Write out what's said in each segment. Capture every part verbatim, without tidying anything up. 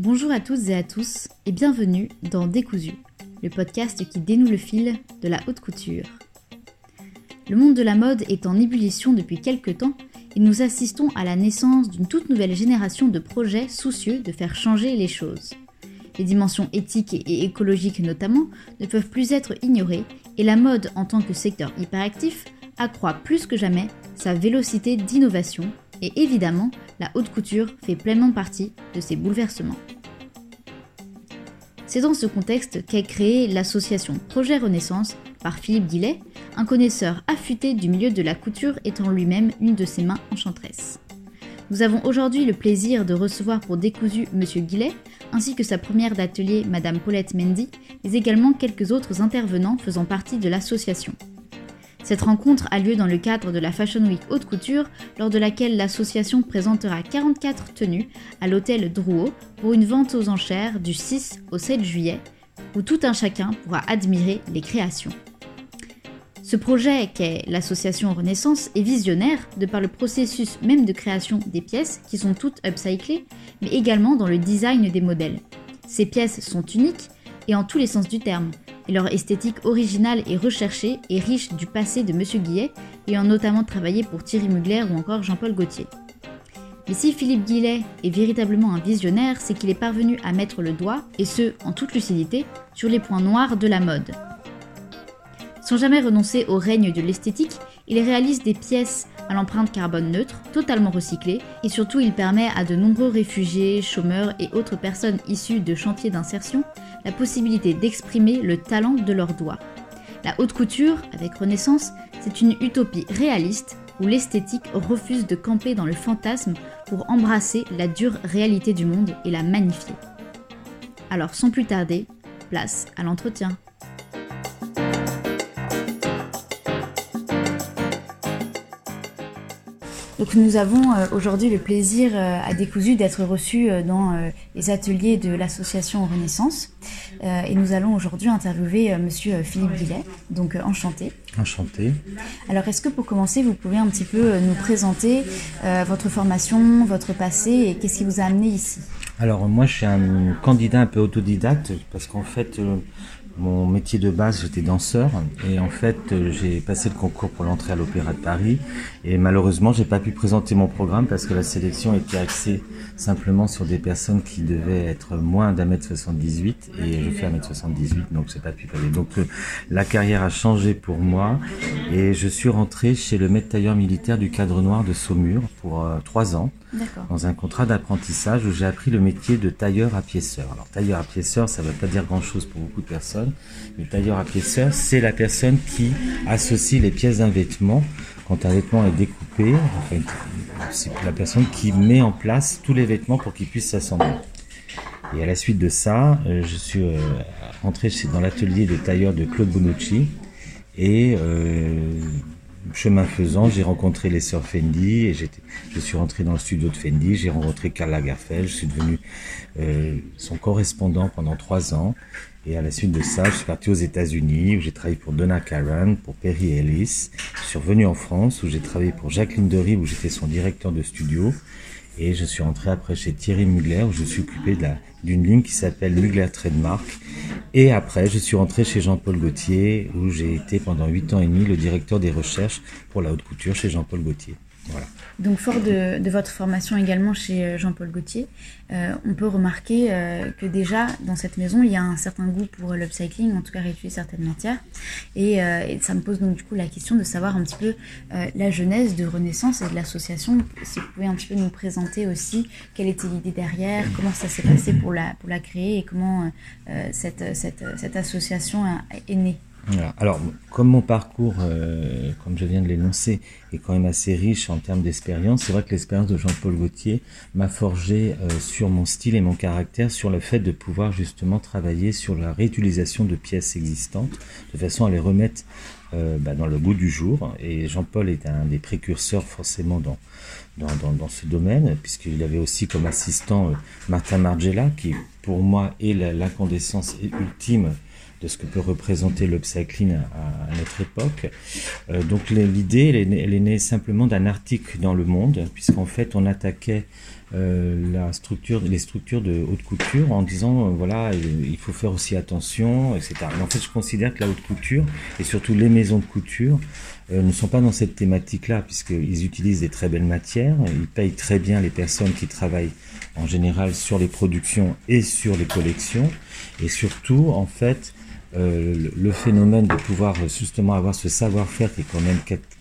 Bonjour à toutes et à tous et bienvenue dans Décousu, le podcast qui dénoue le fil de la haute couture. Le monde de la mode est en ébullition depuis quelques temps et nous assistons à la naissance d'une toute nouvelle génération de projets soucieux de faire changer les choses. Les dimensions éthiques et écologiques notamment ne peuvent plus être ignorées et la mode en tant que secteur hyperactif accroît plus que jamais sa vélocité d'innovation et évidemment, la haute couture fait pleinement partie de ces bouleversements. C'est dans ce contexte qu'est créée l'association Projet Renaissance par Philippe Guillet, un connaisseur affûté du milieu de la couture étant lui-même une de ses mains enchanteresses. Nous avons aujourd'hui le plaisir de recevoir pour Décousu Monsieur Guillet, ainsi que sa première d'atelier Madame Paulette Mendy, mais également quelques autres intervenants faisant partie de l'association. Cette rencontre a lieu dans le cadre de la Fashion Week Haute Couture, lors de laquelle l'association présentera quarante-quatre tenues à l'hôtel Drouot pour une vente aux enchères du six au sept juillet, où tout un chacun pourra admirer les créations. Ce projet qu'est l'association Renaissance est visionnaire de par le processus même de création des pièces qui sont toutes upcyclées, mais également dans le design des modèles. Ces pièces sont uniques et en tous les sens du terme, et leur esthétique originale et recherchée est riche du passé de Monsieur Guillet, ayant notamment travaillé pour Thierry Mugler ou encore Jean-Paul Gaultier. Mais si Philippe Guillet est véritablement un visionnaire, c'est qu'il est parvenu à mettre le doigt, et ce, en toute lucidité, sur les points noirs de la mode. Sans jamais renoncer au règne de l'esthétique, il réalise des pièces à l'empreinte carbone neutre, totalement recyclées, et surtout il permet à de nombreux réfugiés, chômeurs et autres personnes issues de chantiers d'insertion la possibilité d'exprimer le talent de leurs doigts. La haute couture, avec Renaissance, c'est une utopie réaliste où l'esthétique refuse de camper dans le fantasme pour embrasser la dure réalité du monde et la magnifier. Alors sans plus tarder, place à l'entretien. Donc nous avons euh, aujourd'hui le plaisir euh, à Décousu d'être reçus euh, dans euh, les ateliers de l'association Renaissance euh, et nous allons aujourd'hui interviewer euh, monsieur Philippe Guillet, donc euh, enchanté. Enchanté. Alors est-ce que pour commencer vous pouvez un petit peu euh, nous présenter euh, votre formation, votre passé et qu'est-ce qui vous a amené ici? Alors moi je suis un candidat un peu autodidacte parce qu'en fait euh, mon métier de base, j'étais danseur et en fait j'ai passé le concours pour l'entrée à l'Opéra de Paris et malheureusement j'ai pas pu présenter mon programme parce que la sélection était axée simplement sur des personnes qui devaient être moins d'un mètre soixante-dix-huit et je fais un mètre soixante-dix-huit donc j'ai pas pu aller. Donc euh, la carrière a changé pour moi et je suis rentré chez le maître tailleur militaire du Cadre Noir de Saumur pour euh, trois ans. D'accord. Dans un contrat d'apprentissage où j'ai appris le métier de tailleur à piéceur. Alors tailleur à piéceur, ça ne veut pas dire grand-chose pour beaucoup de personnes, mais tailleur à piéceur, c'est la personne qui associe les pièces d'un vêtement. Quand un vêtement est découpé, en fait, c'est la personne qui met en place tous les vêtements pour qu'ils puissent s'assembler. Et à la suite de ça, je suis rentré dans l'atelier de tailleur de Claude Bonucci et euh, chemin faisant, j'ai rencontré les sœurs Fendi et j'étais, je suis rentré dans le studio de Fendi, j'ai rencontré Karl Lagerfeld, je suis devenu euh, son correspondant pendant trois ans et à la suite de ça, je suis parti aux États-Unis où j'ai travaillé pour Donna Karan, pour Perry Ellis, je suis revenu en France où j'ai travaillé pour Jacqueline Dery où j'étais son directeur de studio et je suis rentré après chez Thierry Mugler où je suis occupé de la, d'une ligne qui s'appelle Mugler Trademark. Et après, je suis rentré chez Jean-Paul Gaultier, où j'ai été pendant huit ans et demi le directeur des recherches pour la haute couture chez Jean-Paul Gaultier. Voilà. Donc fort de, de votre formation également chez Jean-Paul Gaultier, euh, on peut remarquer euh, que déjà dans cette maison il y a un certain goût pour l'upcycling, en tout cas réutiliser certaines matières et, euh, et ça me pose donc du coup la question de savoir un petit peu euh, la genèse de Renaissance et de l'association. Si vous pouvez un petit peu nous présenter aussi quelle était l'idée derrière, comment ça s'est passé pour la, pour la créer et comment euh, cette, cette, cette association est née. Voilà. Alors, comme mon parcours, euh, comme je viens de l'énoncer, est quand même assez riche en termes d'expérience, c'est vrai que l'expérience de Jean-Paul Gaultier m'a forgé euh, sur mon style et mon caractère, sur le fait de pouvoir justement travailler sur la réutilisation de pièces existantes, de façon à les remettre euh, bah, dans le goût du jour. Et Jean-Paul est un des précurseurs forcément dans, dans, dans, dans ce domaine, puisqu'il avait aussi comme assistant euh, Martin Margiela, qui pour moi est la, l'incandescence ultime de ce que peut représenter l'upcycling à, à à notre époque. Euh, donc l'idée, elle, elle est née simplement d'un article dans Le Monde, puisqu'en fait on attaquait euh, la structure, les structures de haute couture en disant, euh, voilà, il faut faire aussi attention, et cetera. Mais en fait, je considère que la haute couture, et surtout les maisons de couture, euh, ne sont pas dans cette thématique-là, puisqu'ils utilisent des très belles matières, ils payent très bien les personnes qui travaillent en général sur les productions et sur les collections, et surtout, en fait, euh, le phénomène de pouvoir justement avoir ce savoir-faire qui est quand même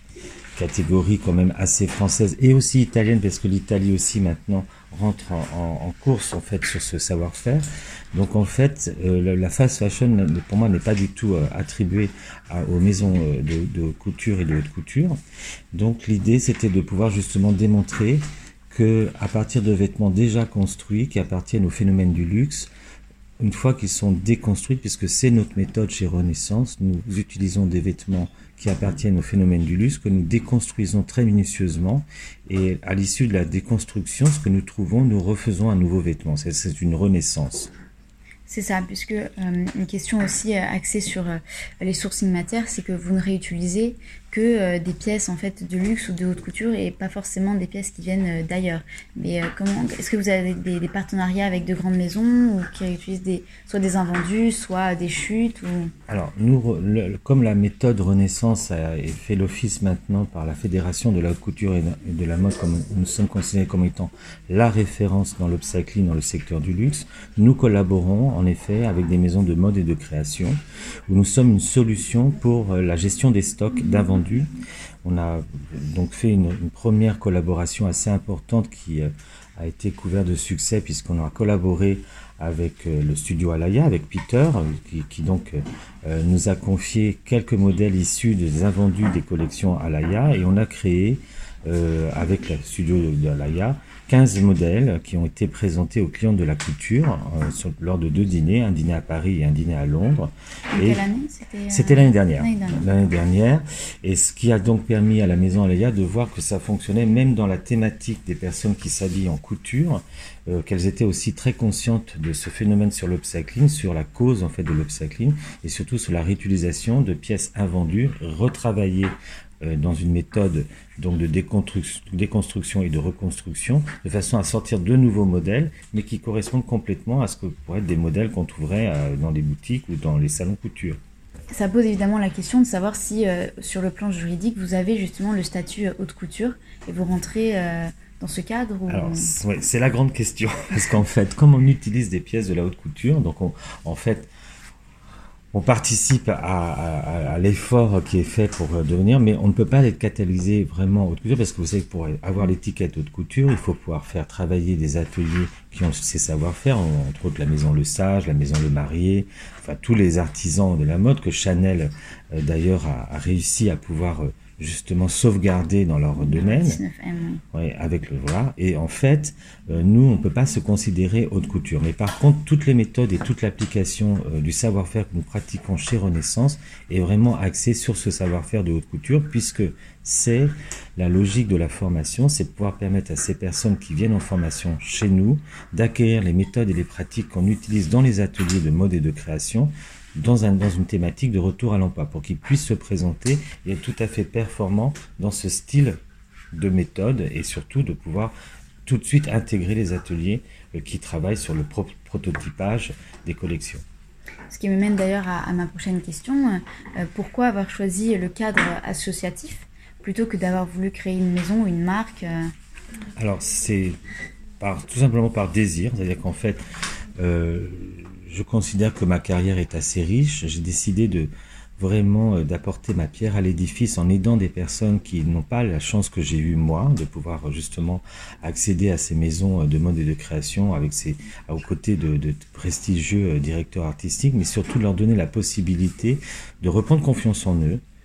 catégorie quand même assez française et aussi italienne, parce que l'Italie aussi maintenant rentre en, en, en course en fait sur ce savoir-faire. Donc en fait, euh, la fast fashion pour moi n'est pas du tout euh, attribuée à, aux maisons euh, de, de couture et de haute couture. Donc l'idée c'était de pouvoir justement démontrer que à partir de vêtements déjà construits qui appartiennent au phénomène du luxe, une fois qu'ils sont déconstruits, puisque c'est notre méthode chez Renaissance, nous utilisons des vêtements qui appartiennent au phénomène du luxe, que nous déconstruisons très minutieusement, et à l'issue de la déconstruction, ce que nous trouvons, nous refaisons un nouveau vêtement. C'est, c'est une renaissance. C'est ça, puisque euh, une question aussi euh, axée sur euh, les sourcing matières, c'est que vous ne réutilisez que euh, des pièces en fait de luxe ou de haute couture et pas forcément des pièces qui viennent euh, d'ailleurs. Mais euh, comment, est-ce que vous avez des, des partenariats avec de grandes maisons ou qui réutilisent des, soit des invendus, soit des chutes ou... Alors, nous, le, comme la méthode Renaissance a fait l'office maintenant par la Fédération de la haute couture et de la mode, comme nous sommes considérés comme étant la référence dans l'upcycling dans le secteur du luxe, nous collaborons en effet avec des maisons de mode et de création où nous sommes une solution pour la gestion des stocks d'invendus. On a donc fait une, une première collaboration assez importante qui euh, a été couverte de succès puisqu'on a collaboré avec euh, le studio Alaya, avec Peter, euh, qui, qui donc euh, nous a confié quelques modèles issus des invendus des collections Alaya, et on a créé euh, avec le studio de Alaya quinze modèles qui ont été présentés aux clients de la couture euh, sur, lors de deux dîners, un dîner à Paris et un dîner à Londres. Et quelle année c'était, euh... c'était l'année dernière. L'année dernière. L'année dernière. Et ce qui a donc permis à la maison Alaya de voir que ça fonctionnait même dans la thématique des personnes qui s'habillent en couture, euh, qu'elles étaient aussi très conscientes de ce phénomène sur l'upcycling, sur la cause en fait de l'upcycling et surtout sur la réutilisation de pièces invendues, retravaillées dans une méthode donc de déconstruction et de reconstruction, de façon à sortir de nouveaux modèles, mais qui correspondent complètement à ce que pourraient être des modèles qu'on trouverait dans les boutiques ou dans les salons couture. Ça pose évidemment la question de savoir si, euh, sur le plan juridique, vous avez justement le statut haute couture et vous rentrez euh, dans ce cadre ou... Alors, c'est, ouais, c'est la grande question, parce qu'en fait, comme on utilise des pièces de la haute couture, donc on, en fait, on participe à, à, à l'effort qui est fait pour devenir, mais on ne peut pas être catalysé vraiment haute couture, parce que vous savez que pour avoir l'étiquette haute couture, il faut pouvoir faire travailler des ateliers qui ont ces savoir-faire, entre autres la maison Le Sage, la maison Le Marié, enfin tous les artisans de la mode que Chanel euh, d'ailleurs a, a réussi à pouvoir euh, justement sauvegarder dans leur domaine. Ouais, avec le voilà. Et en fait, euh, nous, on peut pas se considérer haute couture. Mais par contre, toutes les méthodes et toute l'application euh, du savoir-faire que nous pratiquons chez Renaissance est vraiment axée sur ce savoir-faire de haute couture, puisque c'est la logique de la formation, c'est de pouvoir permettre à ces personnes qui viennent en formation chez nous d'acquérir les méthodes et les pratiques qu'on utilise dans les ateliers de mode et de création, dans, un, dans une thématique de retour à l'emploi, pour qu'ils puissent se présenter et être tout à fait performants dans ce style de méthode, et surtout de pouvoir tout de suite intégrer les ateliers euh, qui travaillent sur le pro- prototypage des collections. Ce qui me mène d'ailleurs à, à ma prochaine question. Euh, pourquoi avoir choisi le cadre associatif plutôt que d'avoir voulu créer une maison ou une marque euh... Alors, c'est par, tout simplement par désir, c'est-à-dire qu'en fait, euh, je considère que ma carrière est assez riche. J'ai décidé de vraiment euh, d'apporter ma pierre à l'édifice en aidant des personnes qui n'ont pas la chance que j'ai eue moi, de pouvoir justement accéder à ces maisons de mode et de création avec ces, aux côtés de, de prestigieux euh, directeurs artistiques, mais surtout de leur donner la possibilité de reprendre confiance en eux,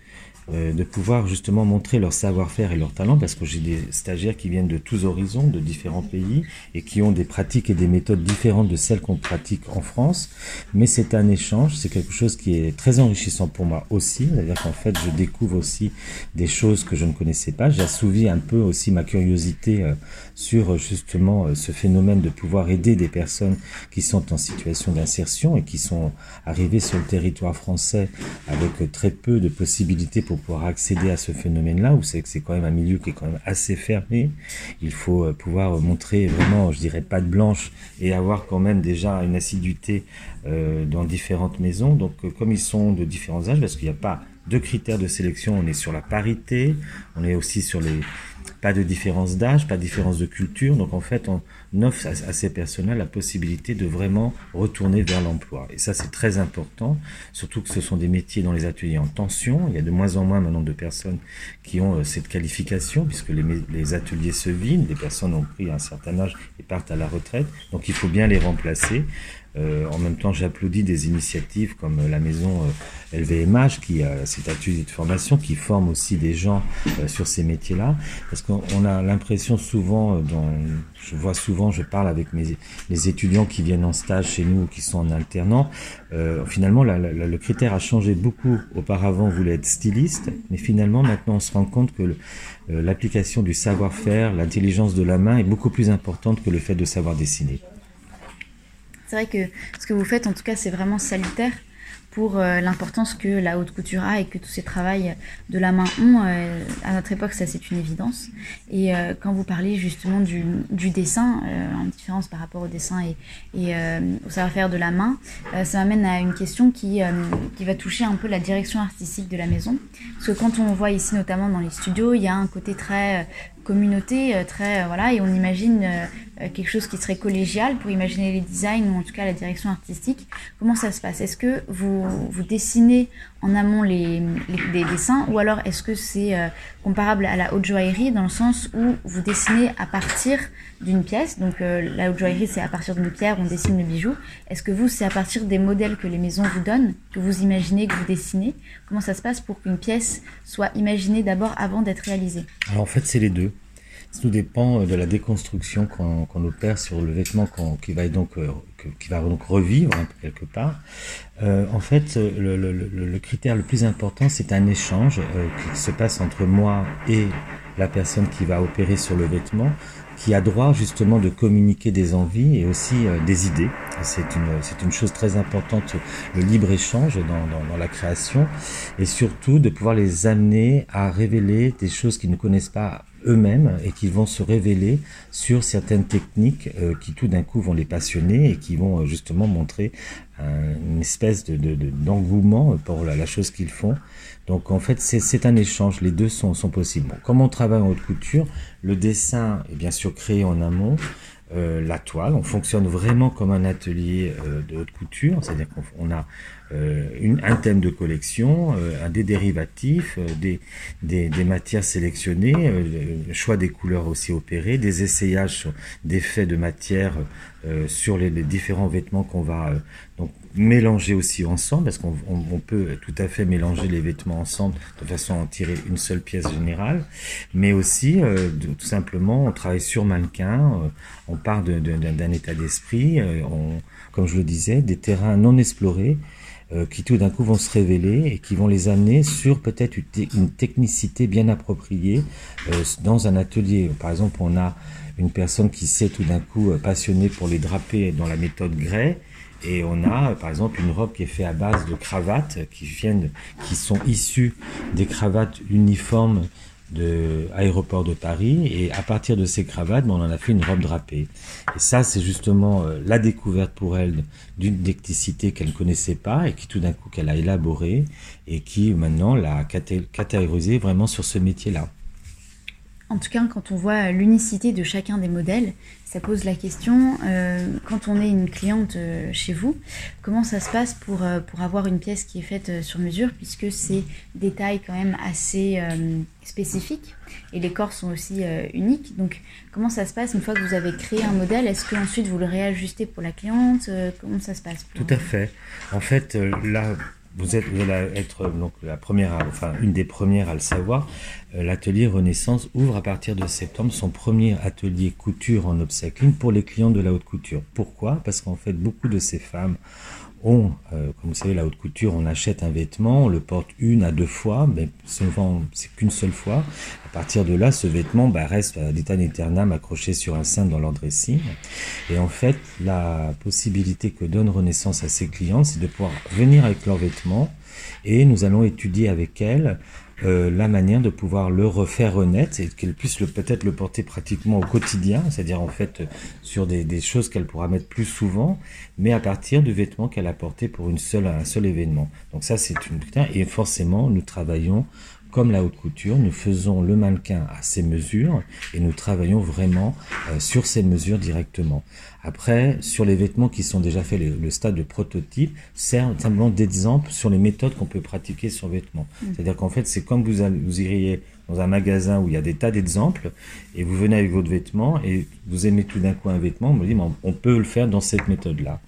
euh, de pouvoir justement montrer leur savoir-faire et leur talent, parce que j'ai des stagiaires qui viennent de tous horizons, de différents pays, et qui ont des pratiques et des méthodes différentes de celles qu'on pratique en France. Mais c'est un échange, c'est quelque chose qui est très enrichissant pour moi aussi, c'est-à-dire qu'en fait je découvre aussi des choses que je ne connaissais pas. J'ai assouvi un peu aussi ma curiosité euh, sur justement euh, ce phénomène de pouvoir aider des personnes qui sont en situation d'insertion et qui sont arrivées sur le territoire français avec euh, très peu de possibilités pour pouvoir accéder à ce phénomène-là, où c'est que c'est quand même un milieu qui est quand même assez fermé. Il faut euh, pouvoir montrer vraiment, je dirais, patte blanche et avoir quand même déjà une assiduité euh, dans différentes maisons. Donc euh, comme ils sont de différents âges, parce qu'il n'y a pas de critères de sélection, on est sur la parité, on est aussi sur les pas de différence d'âge, pas de différence de culture. Donc en fait, on offre à, à ces personnes-là la possibilité de vraiment retourner vers l'emploi. Et ça, c'est très important, surtout que ce sont des métiers dans les ateliers en tension. Il y a de moins en moins maintenant de personnes qui ont euh, cette qualification, puisque les, les ateliers se vident, les personnes ont pris un certain âge et partent à la retraite. Donc il faut bien les remplacer. Euh, en même temps, j'applaudis des initiatives comme la maison euh, L V M H, qui a cet atelier de formation, qui forme aussi des gens euh, sur ces métiers-là. Parce qu'on a l'impression souvent, euh, dans, je vois souvent, je parle avec mes, les étudiants qui viennent en stage chez nous, qui sont en alternant. Euh, finalement, la, la, le critère a changé beaucoup. Auparavant, on voulait être styliste, mais finalement, maintenant, on se rend compte que le, euh, l'application du savoir-faire, l'intelligence de la main est beaucoup plus importante que le fait de savoir dessiner. C'est vrai que ce que vous faites, en tout cas, c'est vraiment salutaire pour euh, l'importance que la haute couture a et que tous ces travails de la main ont. Euh, à notre époque, ça, c'est une évidence. Et euh, quand vous parlez justement du, du dessin, euh, en différence par rapport au dessin et, et euh, au savoir-faire de la main, euh, ça m'amène à une question qui, euh, qui va toucher un peu la direction artistique de la maison. Parce que quand on voit ici, notamment dans les studios, il y a un côté très... Euh, communauté, euh, très, euh, voilà, et on imagine euh, quelque chose qui serait collégial pour imaginer les designs ou en tout cas la direction artistique. Comment ça se passe? Est-ce que vous, vous dessinez en amont les, les, les dessins, ou alors est-ce que c'est euh, comparable à la haute joaillerie dans le sens où vous dessinez à partir d'une pièce? Donc euh, la haute joaillerie, c'est à partir d'une pierre, on dessine le bijou. Est-ce que vous, c'est à partir des modèles que les maisons vous donnent, que vous imaginez, que vous dessinez? Comment ça se passe pour qu'une pièce soit imaginée d'abord avant d'être réalisée? Alors en fait, c'est les deux. Tout dépend de la déconstruction qu'on qu'on opère sur le vêtement qu'on, qui va donc euh, qui va donc revivre un peu quelque part. Euh, en fait, le, le, le, le critère le plus important, c'est un échange euh, qui se passe entre moi et la personne qui va opérer sur le vêtement, qui a droit justement de communiquer des envies et aussi euh, des idées. C'est une, c'est une chose très importante, le libre-échange dans, dans, dans la création, et surtout de pouvoir les amener à révéler des choses qu'ils ne connaissent pas eux-mêmes et qui vont se révéler sur certaines techniques euh, qui tout d'un coup vont les passionner et qui vont euh, justement montrer euh, une espèce de, de, de, d'engouement pour la, la chose qu'ils font. Donc en fait c'est, c'est un échange, les deux sont, sont possibles. Bon, comme on travaille en haute couture, le dessin est bien sûr créé en amont. Euh, la toile, on fonctionne vraiment comme un atelier euh, de haute couture, c'est-à-dire qu'on a euh, une, un thème de collection, euh, des dérivatifs, euh, des, des, des matières sélectionnées, euh, le choix des couleurs aussi opérés, des essayages sur des faits de matière euh, sur les, les différents vêtements qu'on va euh, donc mélanger aussi ensemble, parce qu'on on, on peut tout à fait mélanger les vêtements ensemble de façon à en tirer une seule pièce générale, mais aussi euh, de, tout simplement on travaille sur mannequin, euh, on part de, de, d'un état d'esprit, euh, on, comme je le disais, des terrains non explorés euh, qui tout d'un coup vont se révéler et qui vont les amener sur peut-être une, te- une technicité bien appropriée euh, dans un atelier. Par exemple, on a une personne qui s'est tout d'un coup euh, passionnée pour les drapés dans la méthode Gray. Et on a, par exemple, une robe qui est faite à base de cravates qui viennent, qui sont issues des cravates uniformes de Aéroport de Paris. Et à partir de ces cravates, on en a fait une robe drapée. Et ça, c'est justement euh, la découverte pour elle d'une technicité qu'elle ne connaissait pas et qui tout d'un coup qu'elle a élaborée et qui maintenant l'a caté- catégorisée vraiment sur ce métier-là. En tout cas, quand on voit l'unicité de chacun des modèles, ça pose la question, euh, quand on est une cliente euh, chez vous, comment ça se passe pour, euh, pour avoir une pièce qui est faite euh, sur mesure, puisque c'est des tailles quand même assez euh, spécifiques, et les corps sont aussi euh, uniques. Donc, comment ça se passe une fois que vous avez créé un modèle? Est-ce qu'ensuite vous le réajustez pour la cliente? euh, Comment ça se passe pour... Tout à fait. En fait, euh, là... vous êtes, vous allez être donc la première, à, enfin une des premières à le savoir. Euh, l'atelier Renaissance ouvre à partir de septembre son premier atelier couture en upcycling pour les clients de la haute couture. Pourquoi ? Parce qu'en fait, beaucoup de ces femmes ont, euh, comme vous savez, la haute couture, on achète un vêtement, on le porte une à deux fois, mais souvent c'est qu'une seule fois. À partir de là, ce vêtement bah, reste à l'état aeternam accroché sur un cintre dans leur dressing. Et en fait, la possibilité que donne Renaissance à ses clientes, c'est de pouvoir venir avec leurs vêtements et nous allons étudier avec elles Euh, la manière de pouvoir le refaire renaître et qu'elle puisse le, peut-être le porter pratiquement au quotidien, c'est-à-dire en fait euh, sur des, des choses qu'elle pourra mettre plus souvent, mais à partir du vêtement qu'elle a porté pour une seule, un seul événement. Donc ça c'est une et forcément nous travaillons comme la haute couture, nous faisons le mannequin à ses mesures et nous travaillons vraiment euh, sur ces mesures directement. Après, sur les vêtements qui sont déjà faits, le, le stade de prototype sert simplement d'exemple sur les méthodes qu'on peut pratiquer sur vêtements. Mmh. C'est-à-dire qu'en fait, c'est comme vous, allez, vous iriez dans un magasin où il y a des tas d'exemples et vous venez avec votre vêtement et vous aimez tout d'un coup un vêtement, on me dit, mais on peut le faire dans cette méthode-là.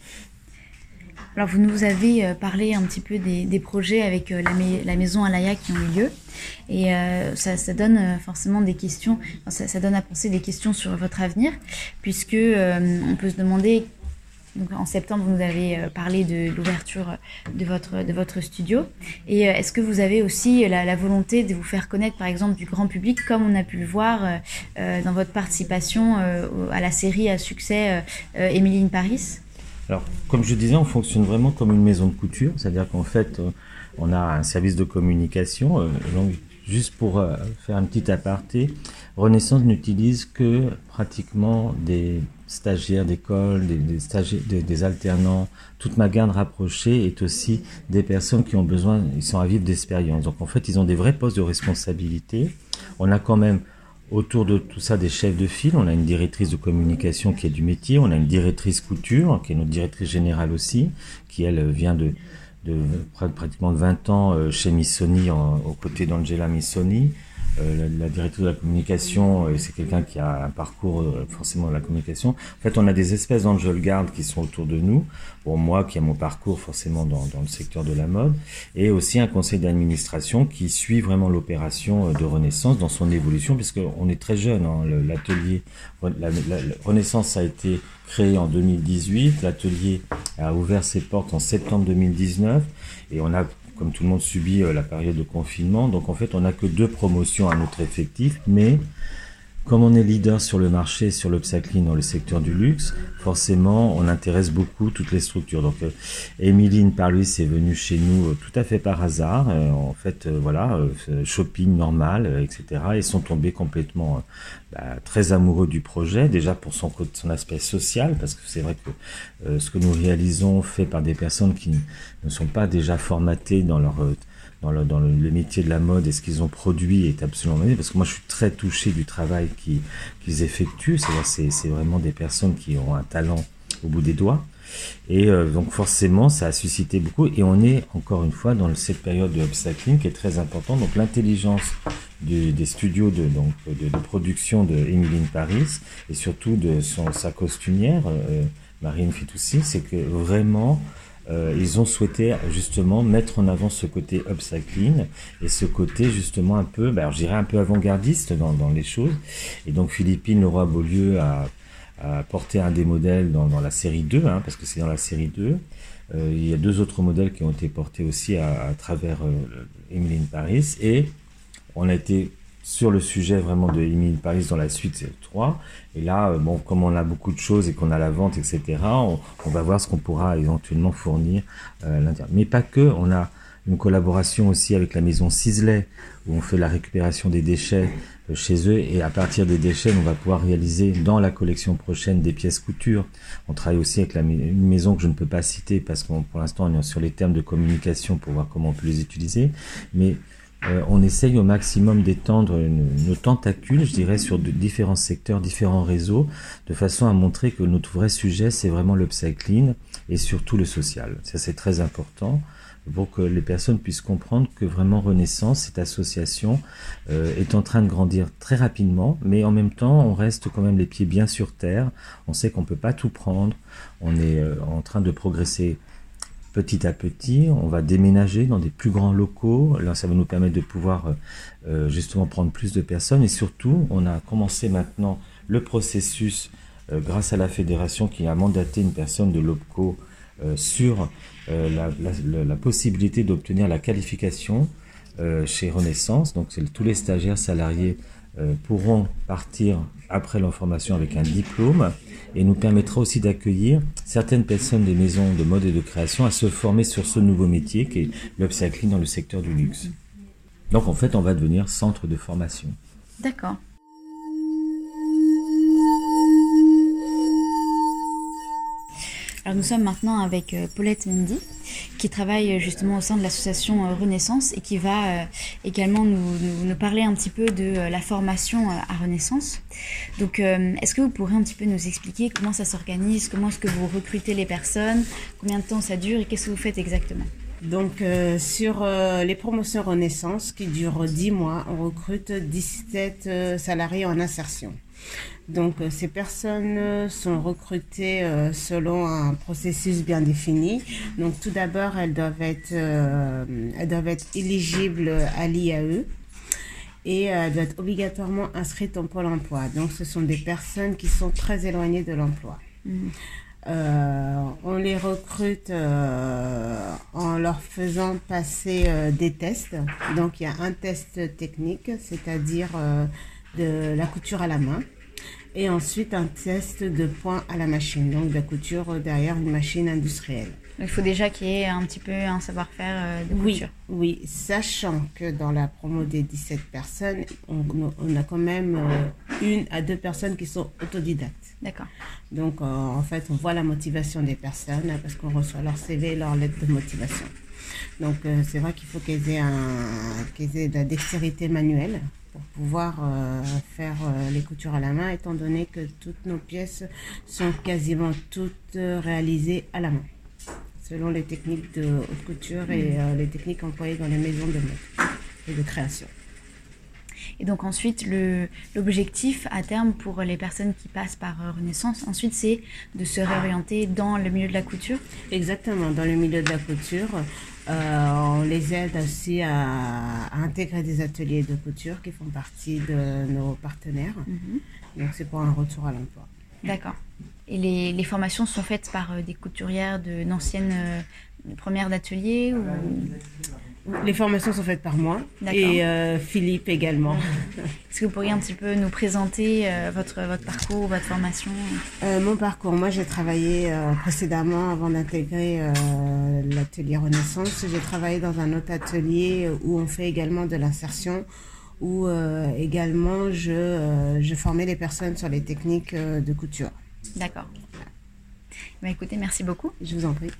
Alors vous nous avez parlé un petit peu des, des projets avec la, la maison Alaya qui ont eu lieu et euh, ça, ça donne forcément des questions, ça, ça donne à penser des questions sur votre avenir puisque euh, on peut se demander, donc en septembre vous nous avez parlé de l'ouverture de votre, de votre studio et euh, est-ce que vous avez aussi la, la volonté de vous faire connaître par exemple du grand public comme on a pu le voir euh, dans votre participation euh, à la série à succès euh, Emily in Paris ? Alors, comme je disais, on fonctionne vraiment comme une maison de couture, c'est-à-dire qu'en fait, euh, on a un service de communication. Euh, donc, juste pour euh, faire un petit aparté, Renaissance n'utilise que pratiquement des stagiaires d'école, des, des stagiaires, des, des alternants. Toute ma garde rapprochée est aussi des personnes qui ont besoin, ils sont avides d'expérience. Donc, en fait, ils ont des vrais postes de responsabilité. On a quand même autour de tout ça, des chefs de file, on a une directrice de communication qui est du métier, on a une directrice couture, qui est notre directrice générale aussi, qui elle vient de, de pratiquement de vingt ans chez Missoni, en, aux côtés d'Angela Missoni. Euh, la, la directrice de la communication, euh, c'est quelqu'un qui a un parcours euh, forcément de la communication. En fait, on a des espèces d'angel guard qui sont autour de nous. Bon, moi qui ai mon parcours forcément dans, dans le secteur de la mode, et aussi un conseil d'administration qui suit vraiment l'opération de Renaissance dans son évolution, puisqu'on est très jeune. Hein, l'atelier la, la, la, Renaissance a été créé en deux mille dix-huit, l'atelier a ouvert ses portes en septembre deux mille dix-neuf, et on a comme tout le monde subit euh, la période de confinement. Donc en fait, on n'a que deux promotions à notre effectif, mais comme on est leader sur le marché, sur l'upcycling dans le secteur du luxe, forcément, on intéresse beaucoup toutes les structures. Donc, euh, Emily in Paris est venue chez nous euh, tout à fait par hasard. Euh, en fait, euh, voilà, euh, shopping normal, euh, et cetera. Ils sont tombés complètement euh, bah, très amoureux du projet, déjà pour son, son aspect social, parce que c'est vrai que euh, ce que nous réalisons fait par des personnes qui ne sont pas déjà formatées dans leur... Euh, dans le, dans le, le métier de la mode et ce qu'ils ont produit est absolument magnifique, parce que moi je suis très touché du travail qu'ils, qu'ils effectuent. C'est-à-dire c'est, c'est vraiment des personnes qui ont un talent au bout des doigts, et euh, donc forcément ça a suscité beaucoup, et on est encore une fois dans cette période de upcycling qui est très importante. Donc l'intelligence du, des studios de, donc, de, de production de Emily in Paris et surtout de son, sa costumière euh, Marine Fitoussi, c'est que vraiment Euh, ils ont souhaité justement mettre en avant ce côté upcycling et ce côté justement un peu, ben, alors, je dirais un peu avant-gardiste dans, dans les choses. Et donc Philippine Leroy-Beaulieu a, a porté un des modèles dans, dans la série deux, hein, parce que c'est dans la série deux. Euh, il y a deux autres modèles qui ont été portés aussi à, à travers euh, Emily in Paris, et on a été sur le sujet vraiment de Emily in Paris dans la suite, c'est trois. Et là, bon, comme on a beaucoup de choses et qu'on a la vente, et cetera, on, on va voir ce qu'on pourra éventuellement fournir euh, à l'intérieur. Mais pas que, on a une collaboration aussi avec la maison Sisley, où on fait la récupération des déchets euh, chez eux, et à partir des déchets, on va pouvoir réaliser dans la collection prochaine des pièces couture. On travaille aussi avec la, une maison que je ne peux pas citer, parce que pour l'instant, on est sur les termes de communication pour voir comment on peut les utiliser. Mais Euh, on essaye au maximum d'étendre une, nos tentacules, je dirais, sur de, différents secteurs, différents réseaux, de façon à montrer que notre vrai sujet, c'est vraiment l'upcycling et surtout le social. Ça, c'est très important pour que les personnes puissent comprendre que vraiment Renaissance, cette association, euh, est en train de grandir très rapidement, mais en même temps, on reste quand même les pieds bien sur terre. On sait qu'on peut pas tout prendre. On est euh, en train de progresser petit à petit, on va déménager dans des plus grands locaux. Là, ça va nous permettre de pouvoir euh, justement prendre plus de personnes. Et surtout, on a commencé maintenant le processus euh, grâce à la fédération qui a mandaté une personne de l'OPCO euh, sur euh, la, la, la possibilité d'obtenir la qualification euh, chez Renaissance. Donc, c'est, tous les stagiaires salariés euh, pourront partir après leur formation avec un diplôme, et nous permettra aussi d'accueillir certaines personnes des maisons de mode et de création à se former sur ce nouveau métier qui est l'upcycling dans le secteur du luxe. Donc en fait, on va devenir centre de formation. D'accord. Alors nous sommes maintenant avec euh, Paulette Mendy, qui travaille euh, justement au sein de l'association euh, Renaissance et qui va euh, également nous, nous, nous parler un petit peu de euh, la formation euh, à Renaissance. Donc euh, est-ce que vous pourrez un petit peu nous expliquer comment ça s'organise, comment est-ce que vous recrutez les personnes, combien de temps ça dure et qu'est-ce que vous faites exactement ? Donc euh, sur euh, les promotions Renaissance qui durent dix mois, on recrute dix-sept euh, salariés en insertion. Donc euh, ces personnes euh, sont recrutées euh, selon un processus bien défini. Donc tout d'abord, elles doivent être, euh, elles doivent être éligibles à l'I A E et euh, elles doivent être obligatoirement inscrites en Pôle emploi. Donc ce sont des personnes qui sont très éloignées de l'emploi. Mmh. Euh, on les recrute euh, en leur faisant passer euh, des tests. Donc il y a un test technique, c'est-à-dire euh, de la couture à la main, et ensuite un test de point à la machine, donc de la couture derrière une machine industrielle. Il faut déjà qu'il y ait un petit peu un savoir-faire de couture. Oui, oui, sachant que dans la promo des dix-sept personnes, on, on a quand même euh, une à deux personnes qui sont autodidactes. D'accord. Donc, euh, en fait, on voit la motivation des personnes parce qu'on reçoit leur C V et leur lettre de motivation. Donc, euh, c'est vrai qu'il faut qu'elles aient, un, qu'elles aient de la dextérité manuelle pour pouvoir euh, faire euh, les coutures à la main, étant donné que toutes nos pièces sont quasiment toutes euh, réalisées à la main, selon les techniques de haute couture et euh, les techniques employées dans les maisons de mode et de création. Et donc ensuite, le, l'objectif à terme pour les personnes qui passent par Renaissance, ensuite, c'est de se réorienter dans le milieu de la couture. Exactement, dans le milieu de la couture. Euh, on les aide aussi à, à intégrer des ateliers de couture qui font partie de nos partenaires. Mm-hmm. Donc c'est pour un retour à l'emploi. D'accord. Et les, les formations sont faites par des couturières de, d'anciennes euh, premières d'atelier ou... Les formations sont faites par moi. D'accord. Et euh, Philippe également. Est-ce que vous pourriez un petit peu nous présenter euh, votre, votre parcours, votre formation ? euh, Mon parcours, moi j'ai travaillé euh, précédemment avant d'intégrer euh, l'atelier Renaissance. J'ai travaillé dans un autre atelier où on fait également de l'insertion, où euh, également je, euh, je formais les personnes sur les techniques euh, de couture. D'accord. Bah, écoutez, merci beaucoup. Je vous en prie.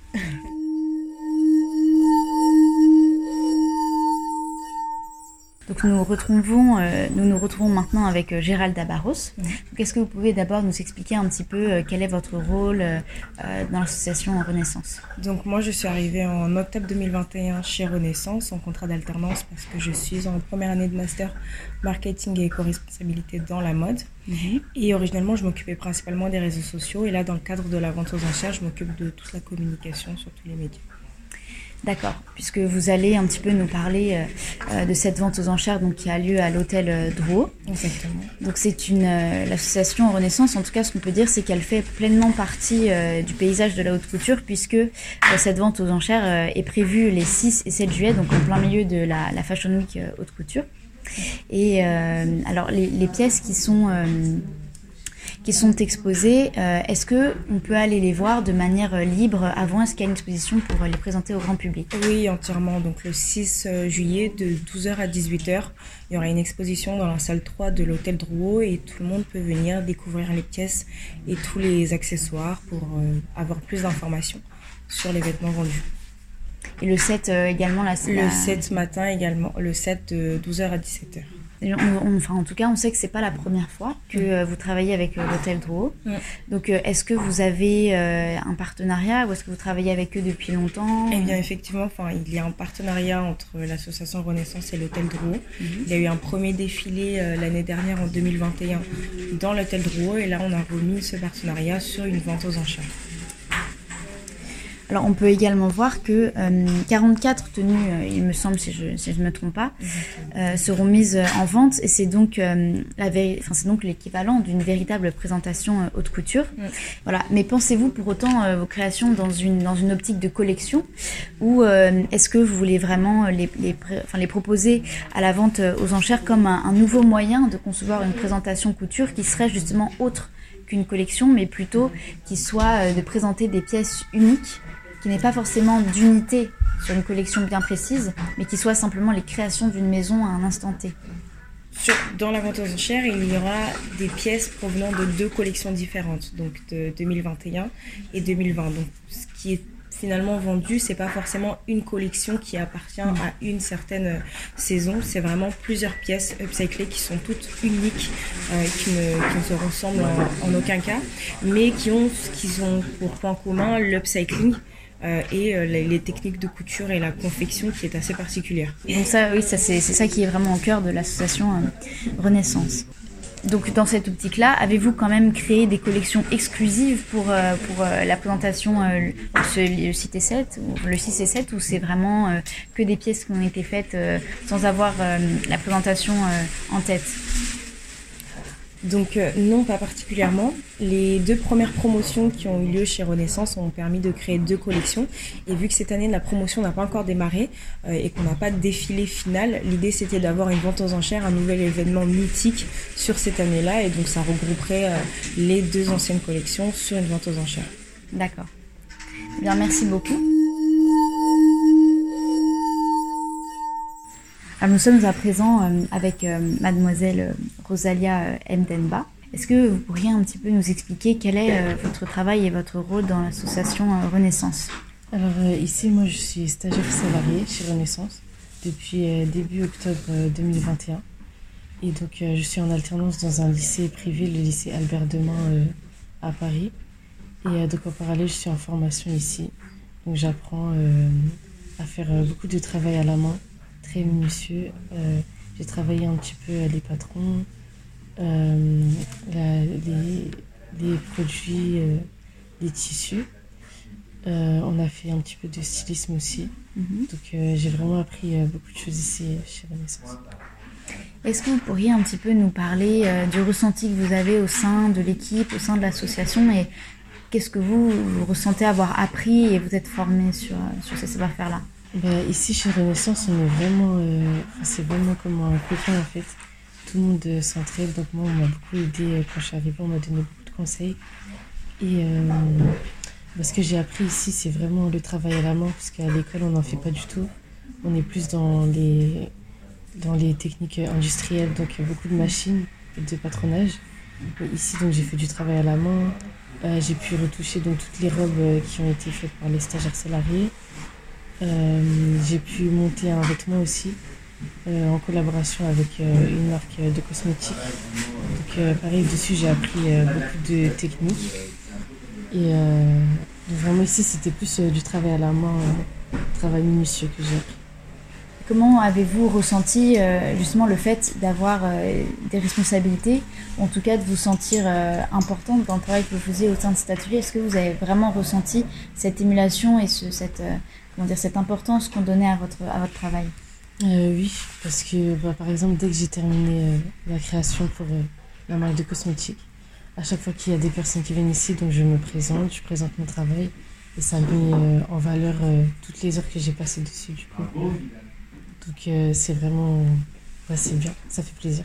Donc nous retrouvons, euh, nous nous retrouvons maintenant avec euh, Géralda Barros. Mmh. Donc est-ce que vous pouvez d'abord nous expliquer un petit peu euh, quel est votre rôle euh, dans l'association Renaissance ? Donc moi je suis arrivée en octobre deux mille vingt et un chez Renaissance en contrat d'alternance parce que je suis en première année de master marketing et éco-responsabilité dans la mode. Mmh. Et originellement je m'occupais principalement des réseaux sociaux et là dans le cadre de la vente aux enchères je m'occupe de toute la communication sur tous les médias. D'accord, puisque vous allez un petit peu nous parler euh, de cette vente aux enchères donc, qui a lieu à l'hôtel euh, Drouot. Exactement. Donc c'est une, euh, l'association Renaissance, en tout cas ce qu'on peut dire c'est qu'elle fait pleinement partie euh, du paysage de la haute couture puisque euh, cette vente aux enchères euh, est prévue les six et sept juillet, donc en plein milieu de la, la Fashion Week euh, haute couture. Et euh, alors les, les pièces qui sont... Euh, qui sont exposées, euh, est-ce qu'on peut aller les voir de manière libre avant ? Est-ce qu'il y a une exposition pour les présenter au grand public ? Oui, entièrement. Donc le six juillet de douze heures à dix-huit heures, il y aura une exposition dans la salle trois de l'hôtel Drouot et tout le monde peut venir découvrir les pièces et tous les accessoires pour euh, avoir plus d'informations sur les vêtements vendus. Et le sept euh, également la Le sept matin également, le sept de douze heures à dix-sept heures. On, on, enfin, en tout cas, on sait que c'est pas la première fois que euh, vous travaillez avec euh, l'hôtel Drouot. Mm. Donc, euh, est-ce que vous avez euh, un partenariat ou est-ce que vous travaillez avec eux depuis longtemps ? Eh bien, effectivement, enfin, il y a un partenariat entre l'association Renaissance et l'hôtel Drouot. Mm-hmm. Il y a eu un premier défilé euh, l'année dernière en deux mille vingt et un dans l'hôtel Drouot et là, on a remis ce partenariat sur une vente aux enchères. Alors on peut également voir que euh, quarante-quatre tenues, euh, il me semble, si je si je ne me trompe pas, euh, seront mises en vente et c'est donc, euh, la véri- enfin, c'est donc l'équivalent d'une véritable présentation euh, haute couture. Mm. Voilà. Mais pensez-vous pour autant euh, vos créations dans une, dans une optique de collection ou euh, est-ce que vous voulez vraiment les, les, pré- enfin, les proposer à la vente aux enchères comme un, un nouveau moyen de concevoir une présentation couture qui serait justement autre qu'une collection mais plutôt qui soit euh, de présenter des pièces uniques qui n'est pas forcément d'unité sur une collection bien précise, mais qui soit simplement les créations d'une maison à un instant T. Sur, dans la vente aux enchères, il y aura des pièces provenant de deux collections différentes, donc de deux mille vingt et un et deux mille vingt. Donc, ce qui est finalement vendu, c'est pas forcément une collection qui appartient à une certaine saison, c'est vraiment plusieurs pièces upcyclées qui sont toutes uniques, euh, qui, ne, qui ne se ressemblent en, en aucun cas, mais qui ont, qui ont pour point commun l'upcycling. Euh, et euh, les, les techniques de couture et la confection qui est assez particulière. Donc ça, oui, ça, c'est, c'est ça qui est vraiment au cœur de l'association euh, Renaissance. Donc dans cette optique-là, avez-vous quand même créé des collections exclusives pour, euh, pour euh, la présentation euh, le, le six et sept ou le six et sept ou c'est vraiment euh, que des pièces qui ont été faites euh, sans avoir euh, la présentation euh, en tête? Donc euh, non, pas particulièrement. Les deux premières promotions qui ont eu lieu chez Renaissance ont permis de créer deux collections. Et vu que cette année, la promotion n'a pas encore démarré euh, et qu'on n'a pas de défilé final, l'idée c'était d'avoir une vente aux enchères, un nouvel événement mythique sur cette année-là. Et donc ça regrouperait euh, les deux anciennes collections sur une vente aux enchères. D'accord. Bien, merci beaucoup. Alors, nous sommes à présent euh, avec euh, mademoiselle euh, Rosalia euh, Mdenba. Est-ce que vous pourriez un petit peu nous expliquer quel est euh, votre travail et votre rôle dans l'association euh, Renaissance? Alors euh, ici, moi je suis stagiaire salariée chez Renaissance depuis euh, début octobre euh, deux mille vingt et un. Et donc euh, je suis en alternance dans un lycée privé, le lycée Albert Demain euh, à Paris. Et euh, donc en parallèle, je suis en formation ici. Donc j'apprends euh, à faire euh, beaucoup de travail à la main, très minutieux. Euh, j'ai travaillé un petit peu les patrons, euh, la, les, les produits, euh, les tissus. Euh, on a fait un petit peu de stylisme aussi. Mm-hmm. Donc euh, j'ai vraiment appris euh, beaucoup de choses ici euh, chez Renaissance. Est-ce que vous pourriez un petit peu nous parler euh, du ressenti que vous avez au sein de l'équipe, au sein de l'association et qu'est-ce que vous, vous ressentez avoir appris et vous êtes formé sur, sur ces savoir-faire-là? Ben, ici chez Renaissance, on est vraiment, euh, c'est vraiment comme un copain en fait. Tout le monde euh, s'entraide, donc moi on m'a beaucoup aidé quand je suis arrivée, on m'a donné beaucoup de conseils. Et euh, ben, ce que j'ai appris ici, c'est vraiment le travail à la main, parce qu'à l'école on n'en fait pas du tout. On est plus dans les, dans les techniques industrielles, donc il y a beaucoup de machines et de patronage. Et ici donc j'ai fait du travail à la main, euh, j'ai pu retoucher donc toutes les robes euh, qui ont été faites par les stagiaires salariés. Euh, j'ai pu monter un vêtement aussi euh, en collaboration avec euh, une marque euh, de cosmétiques. Donc euh, pareil, dessus j'ai appris euh, beaucoup de techniques. Et euh, vraiment ici c'était plus euh, du travail à la main, euh, travail minutieux que j'ai appris. Comment avez-vous ressenti euh, justement le fait d'avoir euh, des responsabilités, ou en tout cas de vous sentir euh, importante dans le travail que vous faisiez au sein de cet atelier? Est-ce que vous avez vraiment ressenti cette émulation et ce, cette, euh, comment dire, cette importance qu'on donnait à votre, à votre travail? euh, Oui, parce que bah, par exemple dès que j'ai terminé euh, la création pour euh, la marque de cosmétiques, à chaque fois qu'il y a des personnes qui viennent ici, donc je me présente, je présente mon travail et ça met euh, en valeur euh, toutes les heures que j'ai passées dessus du coup. Donc euh, c'est vraiment, ouais, c'est bien, ça fait plaisir.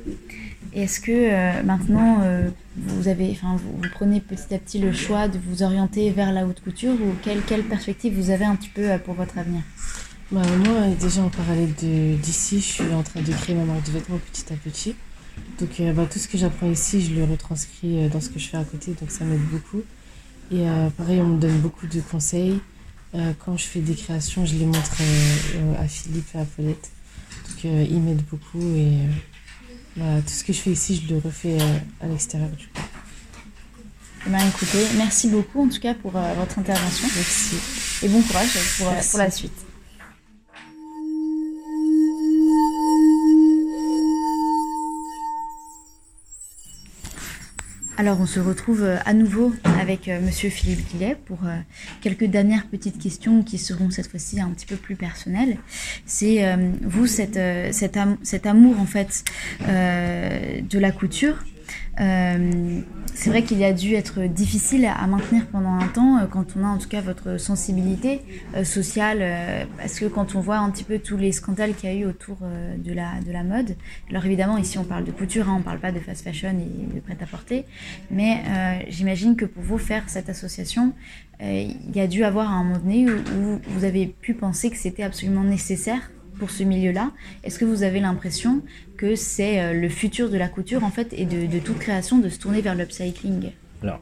Et est-ce que euh, maintenant euh, vous avez, enfin vous, vous prenez petit à petit le choix de vous orienter vers la haute couture ou quelle, quelle perspective vous avez un petit peu euh, pour votre avenir? Bah, moi déjà en parallèle de, d'ici, je suis en train de créer ma marque de vêtements petit à petit. Donc euh, bah, tout ce que j'apprends ici, je le retranscris dans ce que je fais à côté, donc ça m'aide beaucoup. Et euh, pareil, on me donne beaucoup de conseils. Euh, quand je fais des créations, je les montre euh, à Philippe et à Paulette. Donc euh, ils m'aident beaucoup et euh, voilà, tout ce que je fais ici, je le refais euh, à l'extérieur du coup. Eh bien, écoutez, merci beaucoup en tout cas pour euh, votre intervention. Merci. Et bon courage pour, euh, pour la suite. Alors on se retrouve à nouveau avec euh, Monsieur Philippe Guillet pour euh, quelques dernières petites questions qui seront cette fois-ci un petit peu plus personnelles. C'est euh, vous, cette, euh, cet, am- cet amour en fait euh, de la couture. Euh, c'est vrai qu'il a dû être difficile à maintenir pendant un temps euh, quand on a en tout cas votre sensibilité euh, sociale euh, parce que quand on voit un petit peu tous les scandales qu'il y a eu autour euh, de, la, de la mode, alors évidemment ici on parle de couture, hein, on parle pas de fast fashion et de prêt-à-porter, mais euh, j'imagine que pour vous faire cette association, euh, il y a dû avoir un moment donné où, où vous avez pu penser que c'était absolument nécessaire pour ce milieu-là. Est-ce que vous avez l'impression que c'est euh, le futur de la couture en fait et de, de toute création de se tourner vers l'upcycling? Alors,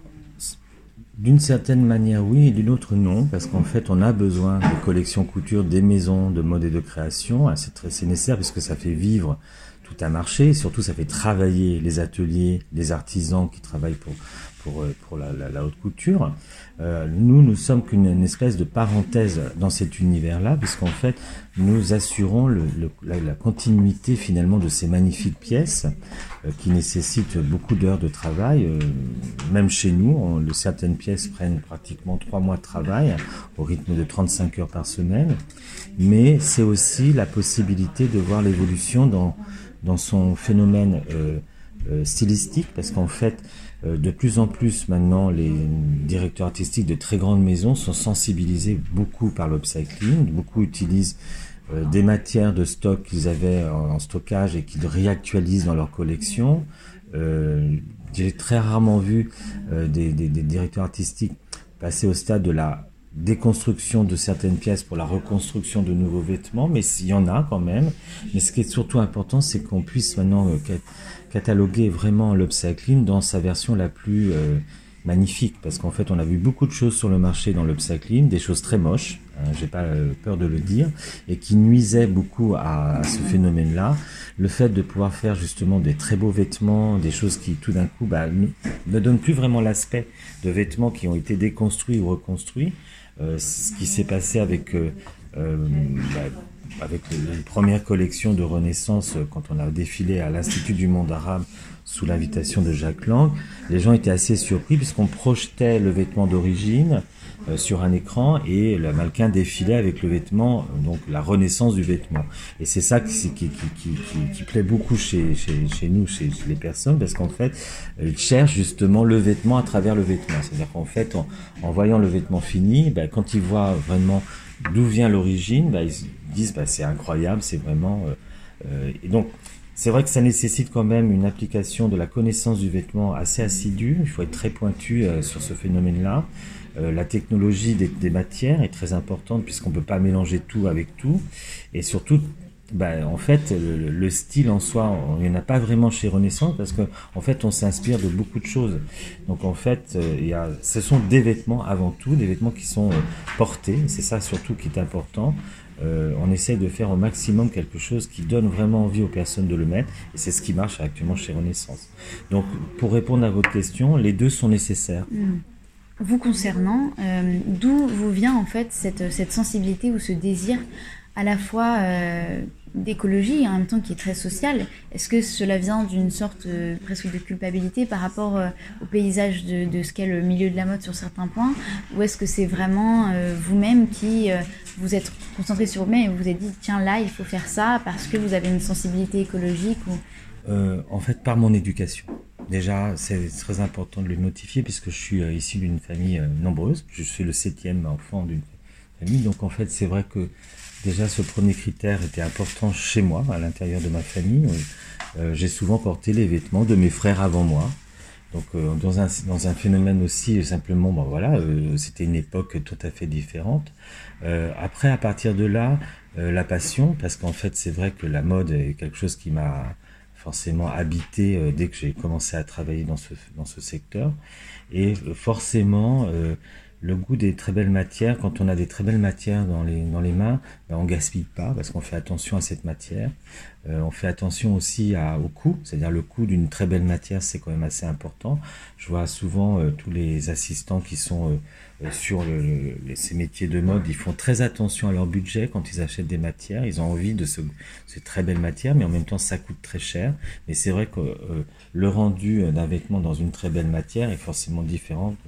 d'une certaine manière oui et d'une autre non, parce qu'en fait on a besoin de collections couture, des maisons de mode et de création, ah, c'est très c'est nécessaire puisque ça fait vivre tout un marché, et surtout ça fait travailler les ateliers, les artisans qui travaillent pour pour, pour la, la, la haute couture. Euh, nous, nous sommes qu'une une espèce de parenthèse dans cet univers-là, puisqu'en fait, nous assurons le, le, la, la continuité finalement de ces magnifiques pièces euh, qui nécessitent beaucoup d'heures de travail. Euh, même chez nous, on, le, certaines pièces prennent pratiquement trois mois de travail au rythme de trente-cinq heures par semaine. Mais c'est aussi la possibilité de voir l'évolution dans, dans son phénomène euh, euh, stylistique, parce qu'en fait, de plus en plus maintenant, les directeurs artistiques de très grandes maisons sont sensibilisés beaucoup par l'upcycling. Beaucoup utilisent euh, des matières de stock qu'ils avaient en, en stockage et qu'ils réactualisent dans leur collection. Euh, j'ai très rarement vu euh, des, des, des directeurs artistiques passer au stade de la déconstruction de certaines pièces pour la reconstruction de nouveaux vêtements, mais il y en a quand même. Mais ce qui est surtout important, c'est qu'on puisse maintenant euh, cataloguer vraiment l'upcycling dans sa version la plus euh, magnifique, parce qu'en fait on a vu beaucoup de choses sur le marché dans l'upcycling, des choses très moches, hein, j'ai pas euh, peur de le dire, et qui nuisaient beaucoup à, à ce phénomène-là. Le fait de pouvoir faire justement des très beaux vêtements, des choses qui tout d'un coup bah, ne, ne donnent plus vraiment l'aspect de vêtements qui ont été déconstruits ou reconstruits. Euh, ce qui s'est passé avec euh, euh, bah, avec les premières collections de Renaissance, quand on a défilé à l'Institut du monde arabe sous l'invitation de Jacques Lang, les gens étaient assez surpris puisqu'on projetait le vêtement d'origine euh, sur un écran et le mannequin défilait avec le vêtement, donc la renaissance du vêtement. Et c'est ça qui, qui, qui, qui, qui, qui plaît beaucoup chez, chez, chez nous, chez, chez les personnes, parce qu'en fait, ils cherchent justement le vêtement à travers le vêtement. C'est-à-dire qu'en fait, en, en voyant le vêtement fini, ben, quand ils voient vraiment d'où vient l'origine, bah, ils disent bah, c'est incroyable, c'est vraiment... Euh, euh, et donc, c'est vrai que ça nécessite quand même une application de la connaissance du vêtement assez assidue, il faut être très pointu euh, sur ce phénomène-là. Euh, la technologie des, des matières est très importante puisqu'on ne peut pas mélanger tout avec tout, et surtout... Ben, en fait, le, le style en soi, il n'y en a pas vraiment chez Renaissance parce que, en fait, on s'inspire de beaucoup de choses. Donc, en fait, euh, il y a, ce sont des vêtements avant tout, des vêtements qui sont euh, portés. C'est ça surtout qui est important. Euh, on essaye de faire au maximum quelque chose qui donne vraiment envie aux personnes de le mettre. Et c'est ce qui marche actuellement chez Renaissance. Donc, pour répondre à votre question, les deux sont nécessaires. Mmh. Vous concernant, euh, d'où vous vient en fait cette, cette sensibilité ou ce désir à la fois euh, d'écologie et en même temps qui est très social? Est-ce que cela vient d'une sorte euh, presque de culpabilité par rapport euh, au paysage de, de ce qu'est le milieu de la mode sur certains points, ou est-ce que c'est vraiment euh, vous-même qui euh, vous êtes concentré sur vous-même et vous vous êtes dit tiens là il faut faire ça parce que vous avez une sensibilité écologique ou... euh, En fait, par mon éducation. Déjà, c'est très important de le notifier puisque je suis euh, issu d'une famille euh, nombreuse. Je suis le septième enfant d'une famille, donc en fait c'est vrai que déjà, ce premier critère était important chez moi, à l'intérieur de ma famille. Euh, j'ai souvent porté les vêtements de mes frères avant moi. Donc, euh, dans un dans un phénomène aussi, simplement, bon voilà, euh, c'était une époque tout à fait différente. Euh, après, à partir de là, euh, la passion, parce qu'en fait, c'est vrai que la mode est quelque chose qui m'a forcément habité euh, dès que j'ai commencé à travailler dans ce dans ce secteur. Et euh, forcément... Euh, le goût des très belles matières, quand on a des très belles matières dans les, dans les mains, ben on gaspille pas parce qu'on fait attention à cette matière. Euh, on fait attention aussi à, au coût, c'est-à-dire le coût d'une très belle matière, c'est quand même assez important. Je vois souvent euh, tous les assistants qui sont euh, sur le, le, ces métiers de mode, ils font très attention à leur budget quand ils achètent des matières. Ils ont envie de ce, ces très belles matières, mais en même temps ça coûte très cher. Mais c'est vrai que euh, le rendu d'un vêtement dans une très belle matière est forcément différent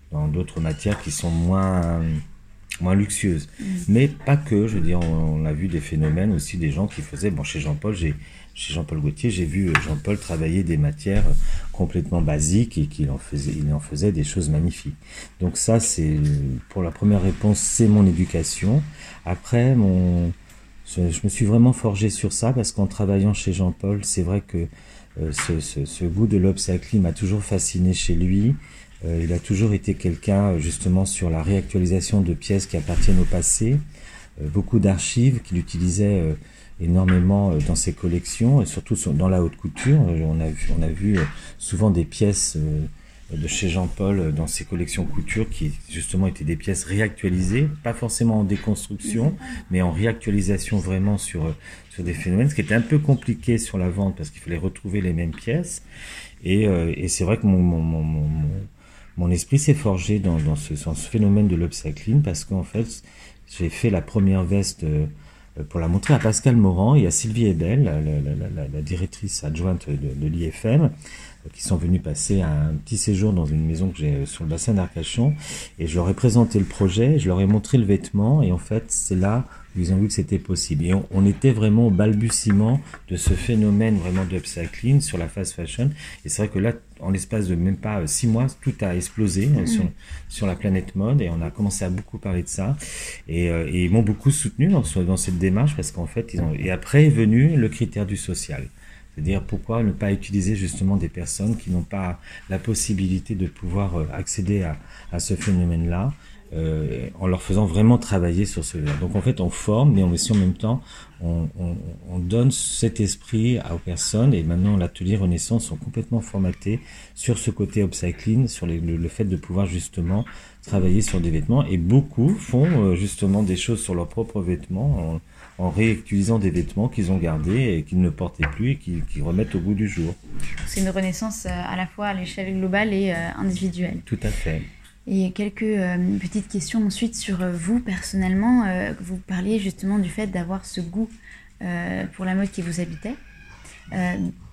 dans d'autres matières qui sont moins moins luxueuses. Mmh. Mais pas que, je veux dire, on, on a vu des phénomènes aussi, des gens qui faisaient, bon, chez Jean-Paul, j'ai, chez Jean-Paul Gaultier, j'ai vu Jean-Paul travailler des matières complètement basiques et qu'il en faisait, il en faisait des choses magnifiques. Donc ça, c'est, pour la première réponse, c'est mon éducation. Après, mon, je, je me suis vraiment forgé sur ça parce qu'en travaillant chez Jean-Paul, c'est vrai que euh, ce, ce, ce goût de l'upcycling m'a toujours fasciné chez lui. Euh, il a toujours été quelqu'un justement sur la réactualisation de pièces qui appartiennent au passé, euh, beaucoup d'archives qu'il utilisait euh, énormément euh, dans ses collections, et surtout sur, dans la haute couture. Euh, on a vu, on a vu euh, souvent des pièces euh, de chez Jean-Paul euh, dans ses collections couture qui justement étaient des pièces réactualisées, pas forcément en déconstruction, mais en réactualisation vraiment sur, euh, sur des phénomènes, ce qui était un peu compliqué sur la vente parce qu'il fallait retrouver les mêmes pièces. Et, euh, et c'est vrai que mon, mon, mon, mon Mon esprit s'est forgé dans, dans, ce, dans ce phénomène de l'upcycling parce qu'en fait, j'ai fait la première veste euh, pour la montrer à Pascal Morand et à Sylvie Ebel, la, la, la, la, la directrice adjointe de, de l'I F M, euh, qui sont venus passer un petit séjour dans une maison que j'ai sur le bassin d'Arcachon. Et je leur ai présenté le projet, je leur ai montré le vêtement et en fait, c'est là où ils ont vu que c'était possible. Et on, on était vraiment au balbutiement de ce phénomène vraiment d'upcycling sur la fast fashion. Et c'est vrai que là, en l'espace de même pas six mois, tout a explosé mmh. sur, sur la planète mode et on a commencé à beaucoup parler de ça. Et, euh, et ils m'ont beaucoup soutenu dans, dans cette démarche parce qu'en fait, ils ont... Et après est venu le critère du social. C'est-à-dire pourquoi ne pas utiliser justement des personnes qui n'ont pas la possibilité de pouvoir accéder à, à ce phénomène-là. Euh, en leur faisant vraiment travailler sur cela. Donc en fait on forme mais on aussi en même temps on, on, on donne cet esprit aux personnes et maintenant l'atelier Renaissance sont complètement formatés sur ce côté upcycling, sur les, le, le fait de pouvoir justement travailler sur des vêtements et beaucoup font euh, justement des choses sur leurs propres vêtements en, en réutilisant des vêtements qu'ils ont gardés et qu'ils ne portaient plus et qu'ils, qu'ils remettent au goût du jour. C'est une renaissance à la fois à l'échelle globale et euh, individuelle. Tout à fait. Et quelques euh, petites questions ensuite sur euh, vous personnellement. Euh, vous parliez justement du fait d'avoir ce goût euh, pour la mode qui vous habitait. Euh,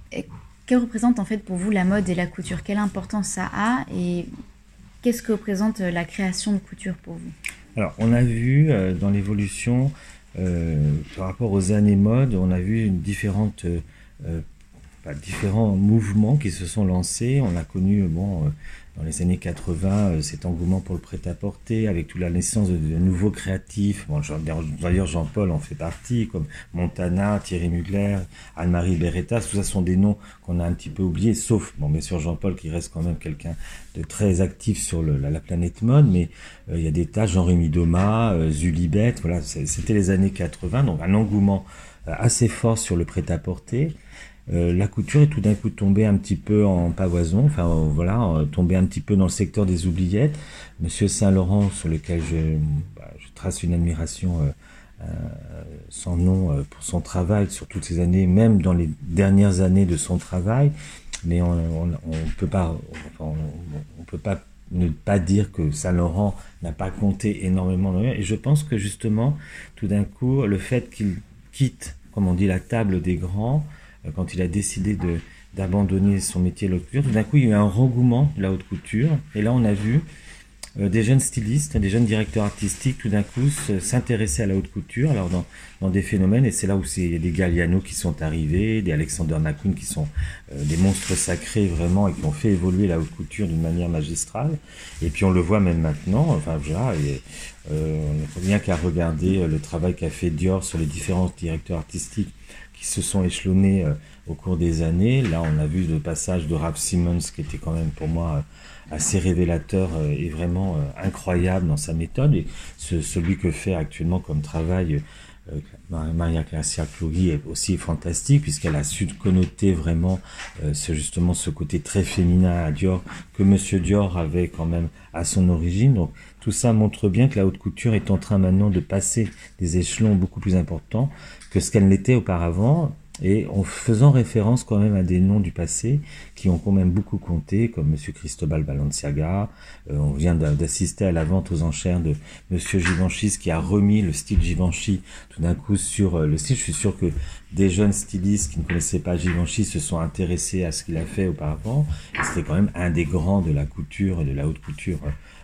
que représente en fait pour vous la mode et la couture? Quelle importance ça a et qu'est-ce que représente la création de couture pour vous? Alors, on a vu euh, dans l'évolution, euh, par rapport aux années mode, on a vu une différente, euh, bah, différents mouvements qui se sont lancés. On a connu, bon... Euh, dans les années quatre-vingts, cet engouement pour le prêt-à-porter, avec toute la naissance de, de nouveaux créatifs. Bon, d'ailleurs, Jean-Paul en fait partie, comme Montana, Thierry Mugler, Anne-Marie Beretta. Tout ça sont des noms qu'on a un petit peu oubliés, sauf, bon, bien sûr, Jean-Paul qui reste quand même quelqu'un de très actif sur le, la, la planète mode, mais euh, il y a des tas, Jean-Rémy Doma, euh, Zulibet, voilà, c'était les années quatre-vingts, donc un engouement euh, assez fort sur le prêt-à-porter. Euh, la couture est tout d'un coup tombée un petit peu en pavoison, enfin euh, voilà, euh, tombée un petit peu dans le secteur des oubliettes. Monsieur Saint-Laurent, sur lequel je, bah, je trace une admiration euh, euh, sans nom euh, pour son travail sur toutes ces années, même dans les dernières années de son travail, mais on, on, on peut pas, enfin, on, on peut pas ne pas dire que Saint-Laurent n'a pas compté énormément dans le... Et je pense que justement, tout d'un coup, le fait qu'il quitte, comme on dit, la table des grands, quand il a décidé de, d'abandonner son métier de la haute couture, tout d'un coup, il y a eu un engouement de la haute couture. Et là, on a vu euh, des jeunes stylistes, des jeunes directeurs artistiques, tout d'un coup, se, s'intéresser à la haute couture. Alors, dans, dans des phénomènes, et c'est là où c'est, il y a des Galliano qui sont arrivés, des Alexander McQueen qui sont euh, des monstres sacrés, vraiment, et qui ont fait évoluer la haute couture d'une manière magistrale. Et puis, on le voit même maintenant, enfin, voilà, et, euh, on n'a rien qu'à regarder le travail qu'a fait Dior sur les différents directeurs artistiques qui se sont échelonnés euh, au cours des années. Là, on a vu le passage de Raf Simons, qui était quand même pour moi euh, assez révélateur euh, et vraiment euh, incroyable dans sa méthode. Et ce, celui que fait actuellement comme travail euh, Maria Grazia Chiuri est aussi fantastique, puisqu'elle a su connoter vraiment euh, ce, justement ce côté très féminin à Dior, que Monsieur Dior avait quand même à son origine. Donc tout ça montre bien que la haute couture est en train maintenant de passer des échelons beaucoup plus importants que ce qu'elle l'était auparavant, et en faisant référence quand même à des noms du passé qui ont quand même beaucoup compté, comme Monsieur Cristobal Balenciaga. Euh, on vient d'assister à la vente aux enchères de Monsieur Givenchy, qui a remis le style Givenchy tout d'un coup sur le style. Je suis sûr que des jeunes stylistes qui ne connaissaient pas Givenchy se sont intéressés à ce qu'il a fait auparavant. Et c'était quand même un des grands de la couture et de la haute couture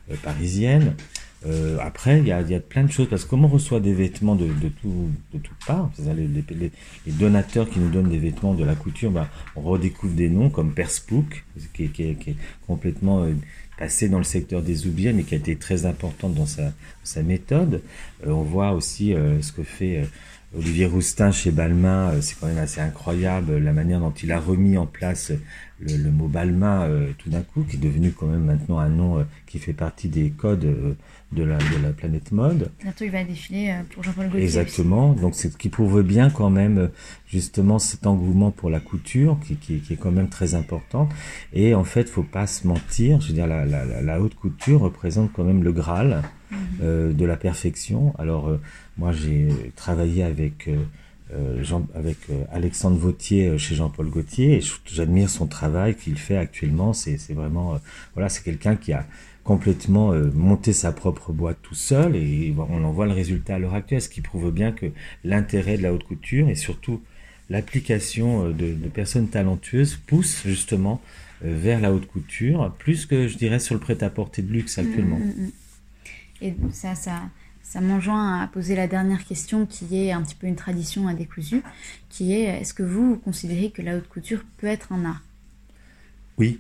euh, parisienne. Euh, après, il y a, y a plein de choses, parce que comme on reçoit des vêtements de, de, tout, de toutes parts, c'est-à-dire les, les, les donateurs qui nous donnent des vêtements de la couture, bah, on redécouvre des noms comme Perspook, qui, qui, qui est complètement euh, passé dans le secteur des oubliettes, mais qui a été très importante dans sa, sa méthode. Euh, on voit aussi euh, ce que fait... Euh, Olivier Roustin chez Balmain, euh, c'est quand même assez incroyable la manière dont il a remis en place le, le mot Balmain euh, tout d'un coup, qui est devenu quand même maintenant un nom euh, qui fait partie des codes euh, de, la, de la planète mode. Bientôt il va défiler euh, pour Jean-Paul Gaultier. Exactement, aussi. Donc c'est ce qui prouve bien quand même justement cet engouement pour la couture qui, qui, qui est quand même très important. Et en fait, faut pas se mentir, je veux dire la, la, la, la haute couture représente quand même le Graal mmh. euh, de la perfection. Alors euh, moi j'ai travaillé avec euh, Euh, Jean, avec euh, Alexandre Vauthier euh, chez Jean-Paul Gaultier, et j'admire son travail qu'il fait actuellement. C'est, c'est vraiment, euh, voilà, c'est quelqu'un qui a complètement euh, monté sa propre boîte tout seul, et on en voit le résultat à l'heure actuelle, ce qui prouve bien que l'intérêt de la haute couture et surtout l'application euh, de, de personnes talentueuses pousse justement euh, vers la haute couture, plus que je dirais sur le prêt-à-porter de luxe actuellement. Mmh, mmh. Et ça, ça. Ça m'enjoint à poser la dernière question qui est un petit peu une tradition à Décousu, qui est est-ce que vous considérez que la haute couture peut être un art ? Oui.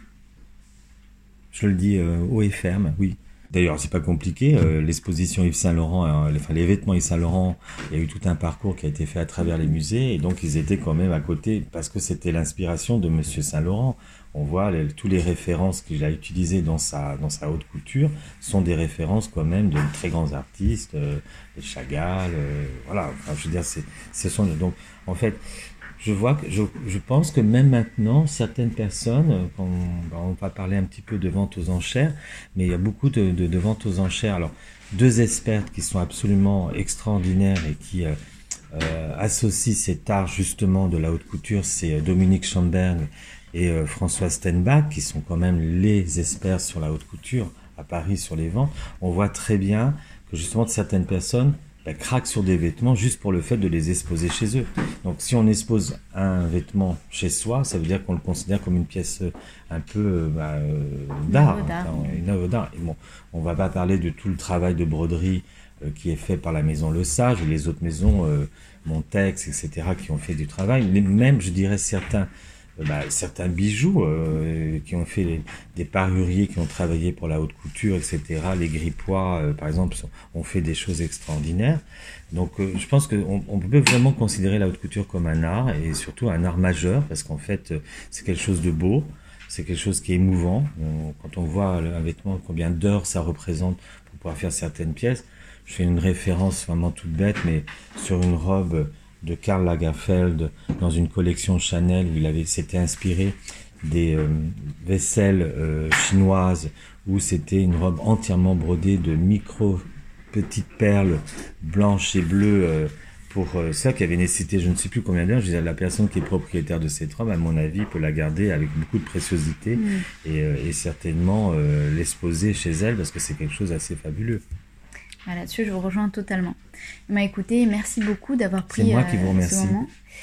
Je le dis euh, haut et ferme, oui. D'ailleurs, c'est pas compliqué. Euh, l'exposition Yves Saint Laurent, euh, enfin les vêtements Yves Saint Laurent, il y a eu tout un parcours qui a été fait à travers les musées, et donc ils étaient quand même à côté parce que c'était l'inspiration de Monsieur Saint Laurent. On voit les, tous les références qu'il a utilisées dans sa dans sa haute couture sont des références quand même de très grands artistes, euh, les Chagall, euh, voilà. Enfin, je veux dire, c'est ce sont donc en fait. Je vois que je, je pense que même maintenant, certaines personnes, quand on, on va parler un petit peu de vente aux enchères, mais il y a beaucoup de, de, de ventes aux enchères. Alors, deux expertes qui sont absolument extraordinaires et qui euh, euh, associent cet art justement de la haute couture, c'est Dominique Schamberg et euh, François Stenbach, qui sont quand même les experts sur la haute couture à Paris sur les ventes. On voit très bien que justement certaines personnes craquent sur des vêtements juste pour le fait de les exposer chez eux. Donc si on expose un vêtement chez soi, ça veut dire qu'on le considère comme une pièce un peu bah, euh, d'art, une œuvre d'art. Hein, une œuvre d'art. Et bon, on va pas parler de tout le travail de broderie euh, qui est fait par la maison Le Sage ou les autres maisons, euh, Montex, et cetera, qui ont fait du travail. Mais même, je dirais, certains Bah, certains bijoux euh, qui ont fait les, des paruriers qui ont travaillé pour la haute couture, et cetera. Les Grippois, euh, par exemple, sont, ont fait des choses extraordinaires. Donc, euh, je pense qu'on on peut vraiment considérer la haute couture comme un art, et surtout un art majeur, parce qu'en fait, euh, c'est quelque chose de beau, c'est quelque chose qui est émouvant. On, quand on voit un vêtement, combien d'heures ça représente pour pouvoir faire certaines pièces. Je fais une référence vraiment toute bête, mais sur une robe de Karl Lagerfeld dans une collection Chanel où il avait s'était inspiré des euh, vaisselles euh, chinoises où c'était une robe entièrement brodée de micro petites perles blanches et bleues euh, pour euh, ça qui avait nécessité je ne sais plus combien d'heures. Je disais, la personne qui est propriétaire de cette robe, à mon avis, peut la garder avec beaucoup de préciosité mmh. et, euh, et certainement euh, l'exposer chez elle parce que c'est quelque chose d'assez fabuleux. Ah, là-dessus, je vous rejoins totalement. Bah, écoutez, merci beaucoup d'avoir pris C'est moi qui vous euh, remercie. ce moment.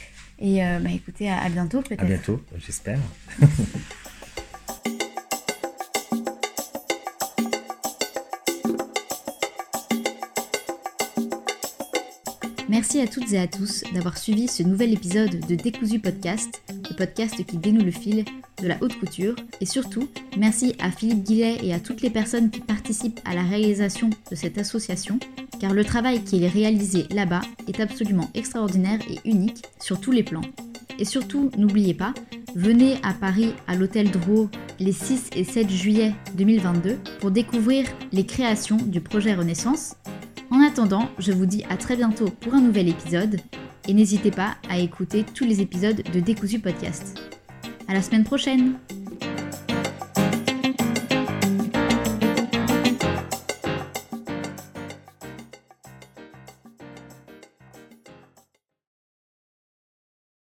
Et euh, bah, écoutez, à, à bientôt peut-être. À bientôt, j'espère. Merci à toutes et à tous d'avoir suivi ce nouvel épisode de Décousu Podcast, le podcast qui dénoue le fil de la haute couture. Et surtout, merci à Philippe Guillet et à toutes les personnes qui participent à la réalisation de cette association, car le travail qui est réalisé là-bas est absolument extraordinaire et unique sur tous les plans. Et surtout, n'oubliez pas, venez à Paris à l'Hôtel Drouot les six et sept juillet deux mille vingt-deux pour découvrir les créations du projet Renaissance. En attendant, je vous dis à très bientôt pour un nouvel épisode et n'hésitez pas à écouter tous les épisodes de Décousu Podcast. À la semaine prochaine!